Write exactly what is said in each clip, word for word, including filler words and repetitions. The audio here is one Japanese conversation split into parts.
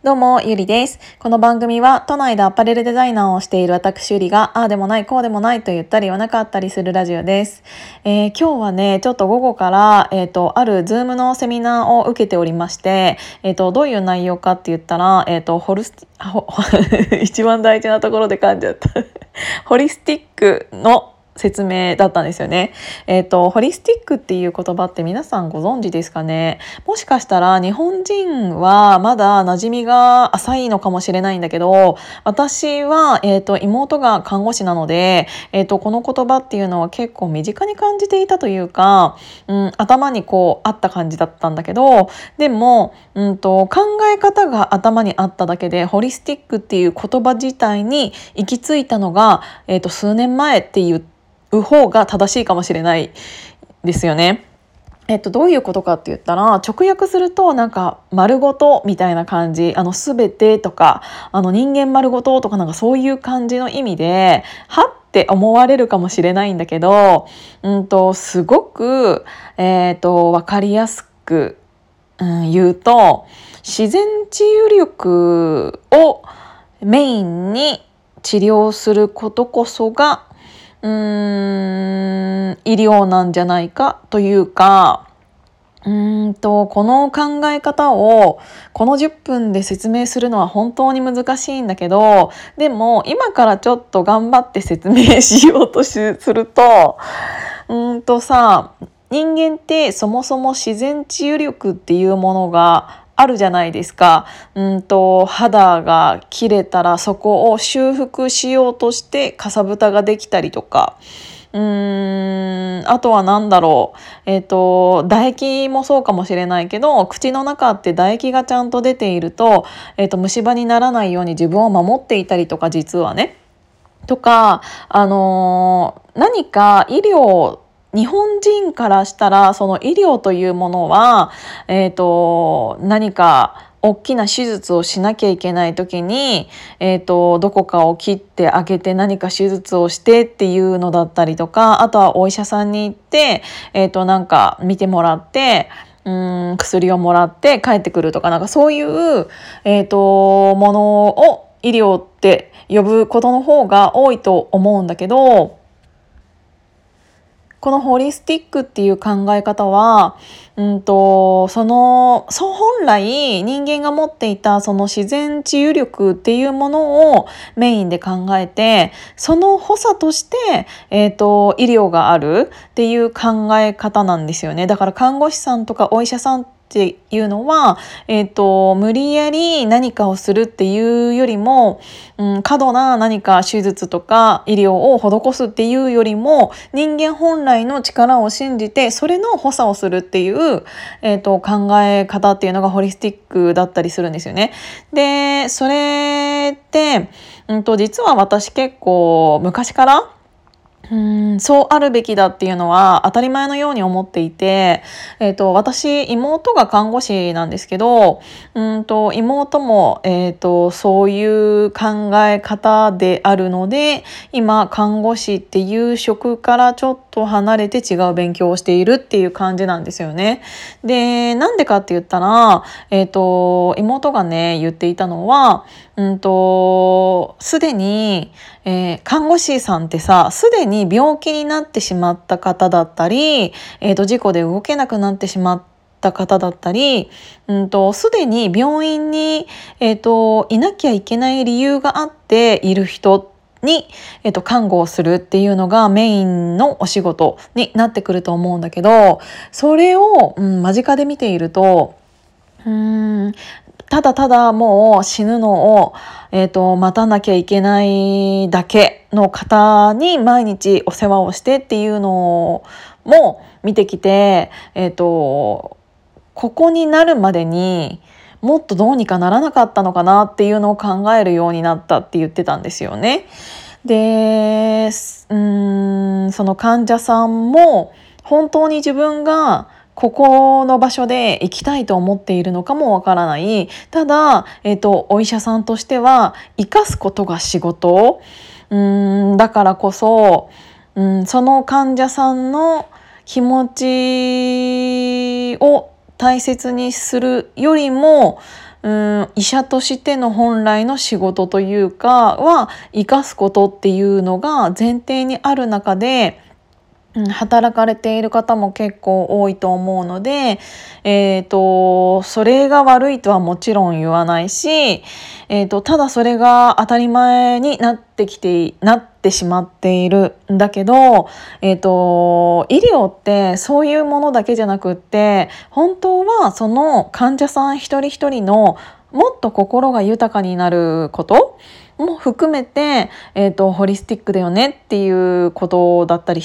どうも、ゆりです。この番組は、都内でアパレルデザイナーをしている私ゆりが、ああでもない、こうでもないと言ったり言わなかったりするラジオです。えー今日はね、ちょっと午後から、えっと、あるズームのセミナーを受けておりまして、えっと、どういう内容かって言ったら、えっと、ホルスティ、ほ一番大事なところで噛んじゃった。ホリスティックの説明だったんですよね。えっと、ホリスティックっていう言葉って皆さんご存知ですかね。もしかしたら日本人はまだ馴染みが浅いのかもしれないんだけど、私は、えっと、妹が看護師なので、えっと、この言葉っていうのは結構身近に感じていたというか、うん、頭にこうあった感じだったんだけど、でも、うんと、考え方が頭にあっただけで、ホリスティックっていう言葉自体に行き着いたのが、えっと、数年前っていう方が正しいかもしれないですよね。えっと、どういうことかって言ったら、直訳するとなんか丸ごとみたいな感じ、あの全てとか、あの人間丸ごととか、なんかそういう感じの意味ではって思われるかもしれないんだけど、うんとすごく、えっと分かりやすく、うん、言うと、自然治癒力をメインに治療することこそがうーん医療なんじゃないかというか、うーんとこの考え方をこのじゅっぷんで説明するのは本当に難しいんだけど、でも今からちょっと頑張って説明しようとすると、うーんとさ、人間ってそもそも自然治癒力っていうものがあるじゃないですか。うんと肌が切れたらそこを修復しようとしてかさぶたができたりとか、うーんあとは何だろう、えっと唾液もそうかもしれないけど、口の中って唾液がちゃんと出ていると、えっと虫歯にならないように自分を守っていたりとか、実はね、とか、あのー何か医療、日本人からしたらその医療というものは、えっと何か大きな手術をしなきゃいけない時に、えっとどこかを切ってあげて何か手術をしてっていうのだったりとか、あとはお医者さんに行って、えっとなんか見てもらって、うーん薬をもらって帰ってくるとか、なんかそういう、えっとものを医療って呼ぶことの方が多いと思うんだけど、このホリスティックっていう考え方は、うんと、その、そう本来人間が持っていたその自然治癒力っていうものをメインで考えて、その補佐として、えっと、医療があるっていう考え方なんですよね。だから看護師さんとかお医者さんっていうのは、えっと、無理やり何かをするっていうよりも、うん、過度な何か手術とか医療を施すっていうよりも、人間本来の力を信じてそれの補佐をするっていう、えっと、考え方っていうのがホリスティックだったりするんですよね。で、それって、うんと、実は私結構昔からうーんそうあるべきだっていうのは当たり前のように思っていて、えーと、私妹が看護師なんですけど、うんと妹も、えーと、そういう考え方であるので、今看護師っていう職からちょっと離れて違う勉強をしているっていう感じなんですよね。で、なんでかって言ったら、えーと、妹がね言っていたのは、うんとすでにえー看護師さんってさ、すでに病気になってしまった方だったり、えーと、事故で動けなくなってしまった方だったり、うんと、すでに病院に、えーと、いなきゃいけない理由があっている人に、えーと、看護をするっていうのがメインのお仕事になってくると思うんだけど、それを、うん、間近で見ていると、うーんただただもう死ぬのを、えーと、待たなきゃいけないだけの方に毎日お世話をしてっていうのも見てきて、えーと、ここになるまでにもっとどうにかならなかったのかなっていうのを考えるようになったって言ってたんですよね。で、うーんその患者さんも本当に自分がここの場所で生きたいと思っているのかもわからない。ただ、えっと、お医者さんとしては生かすことが仕事。うーんだからこそ、うん、その患者さんの気持ちを大切にするよりも、 うん、医者としての本来の仕事というかは生かすことっていうのが前提にある中で、うん、働かれている方も結構多いと思うので、えーと、それが悪いとはもちろん言わないし、えーと、ただそれが当たり前になってきて、なってしまっているんだけど、えーと、医療ってそういうものだけじゃなくって、本当はその患者さん一人一人のもっと心が豊かになることも含めて、えーと、ホリスティックだよねっていうことだったりして、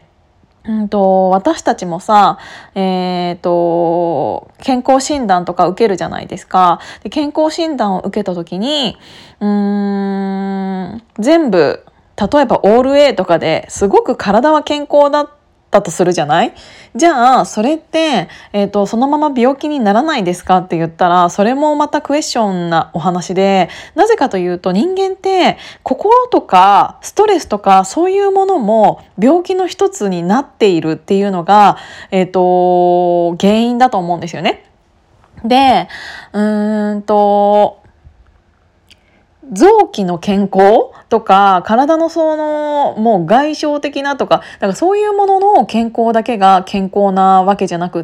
うんと、私たちもさ、えーと、健康診断とか受けるじゃないですか。で、健康診断を受けた時に、うーん、全部、例えばオール A とかですごく体は健康だったとするじゃない？じゃあ、それって、えーと、そのまま病気にならないですかって言ったら、それもまたクエスチョンなお話で、なぜかというと人間って心とかストレスとかそういうものも病気の一つになっているっていうのが、えーと、原因だと思うんですよね。で、うーんと、臓器の健康とか体のそのもう外傷的なとか、だからそういうものの健康だけが健康なわけじゃなくって、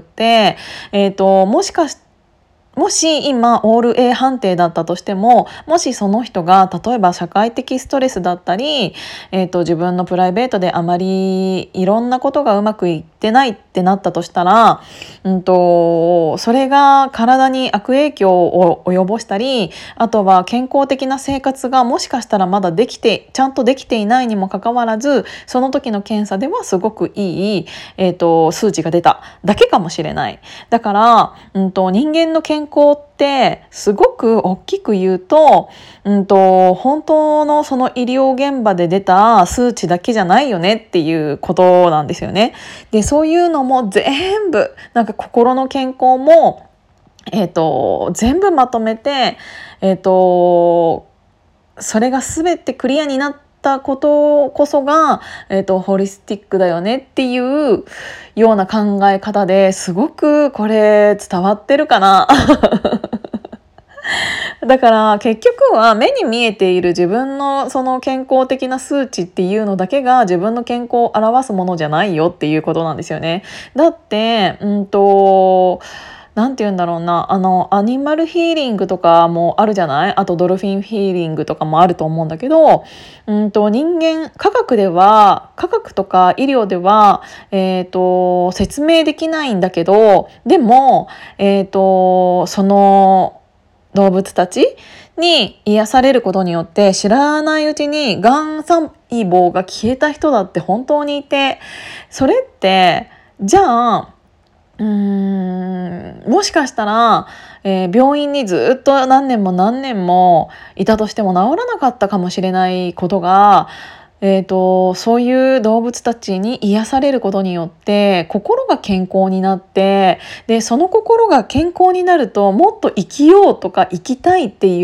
えーと、もしかしてもし今オール A 判定だったとしても、もしその人が例えば社会的ストレスだったり、えーと、自分のプライベートであまりいろんなことがうまくいってないってなったとしたら、うんと、それが体に悪影響を及ぼしたり、あとは健康的な生活がもしかしたらまだできてちゃんとできていないにもかかわらず、その時の検査ではすごくいい、えーと、数値が出ただけかもしれない。だから、うんと、人間の健康ってすごく大きく言うと、うんと、本当のその医療現場で出た数値だけじゃないよねっていうことなんですよね。で、そういうのも全部、なんか心の健康も、えっと、全部まとめて、えっと、それが全てクリアになったことこそが、えっと、ホリスティックだよねっていうような考え方ですごくこれ伝わってるかなだから結局は目に見えている自分のその健康的な数値っていうのだけが自分の健康を表すものじゃないよっていうことなんですよね。だって、うんと、なんて言うんだろうな、あのアニマルヒーリングとかもあるじゃない？あとドルフィンヒーリングとかもあると思うんだけど、うんと、人間科学では科学とか医療では、えーと、説明できないんだけど、でも、えーと、その動物たちに癒されることによって知らないうちにがん細胞が消えた人だって本当にいて、それってじゃあうーんもしかしたら、えー病院にずっと何年も何年もいたとしても治らなかったかもしれないことが、えーと、そういう動物たちに癒されることによって心が健康になって、でその心が健康になるともっと生きようとか生きたいっていう、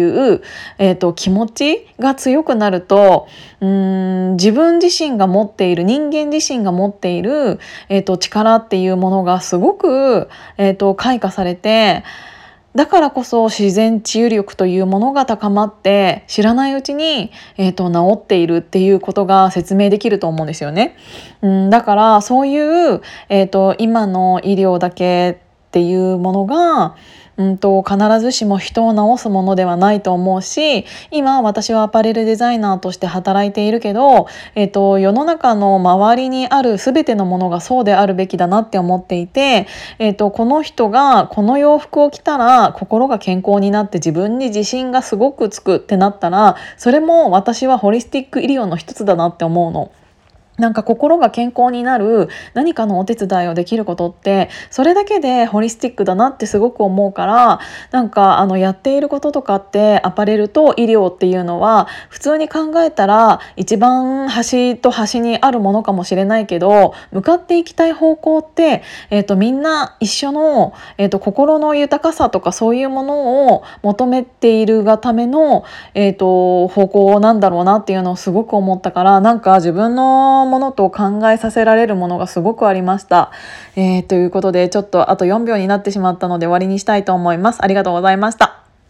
えーと、気持ちが強くなると、うーん自分自身が持っている人間自身が持っている、えーと、力っていうものがすごく、えーと、開花されて、だからこそ自然治癒力というものが高まって知らないうちに、えーと、治っているっていうことが説明できると思うんですよね。うん、だからそういう、えーと、今の医療だけっていうものが、うんと、必ずしも人を治すものではないと思うし、今私はアパレルデザイナーとして働いているけど、えーと、世の中の周りにある全てのものがそうであるべきだなって思っていて、えーと、この人がこの洋服を着たら心が健康になって自分に自信がすごくつくってなったら、それも私はホリスティック医療の一つだなって思うの。なんか心が健康になる何かのお手伝いをできることってそれだけでホリスティックだなってすごく思うから、なんかあのやっていることとかってアパレルと医療っていうのは普通に考えたら一番端と端にあるものかもしれないけど、向かっていきたい方向って、えーと、みんな一緒の、えーと、心の豊かさとかそういうものを求めているがための、えーと、方向なんだろうなっていうのをすごく思ったから、なんか自分のものと考えさせられるものがすごくありました。えー、ということでちょっとあとよんびょうになってしまったので終わりにしたいと思います。ありがとうございました。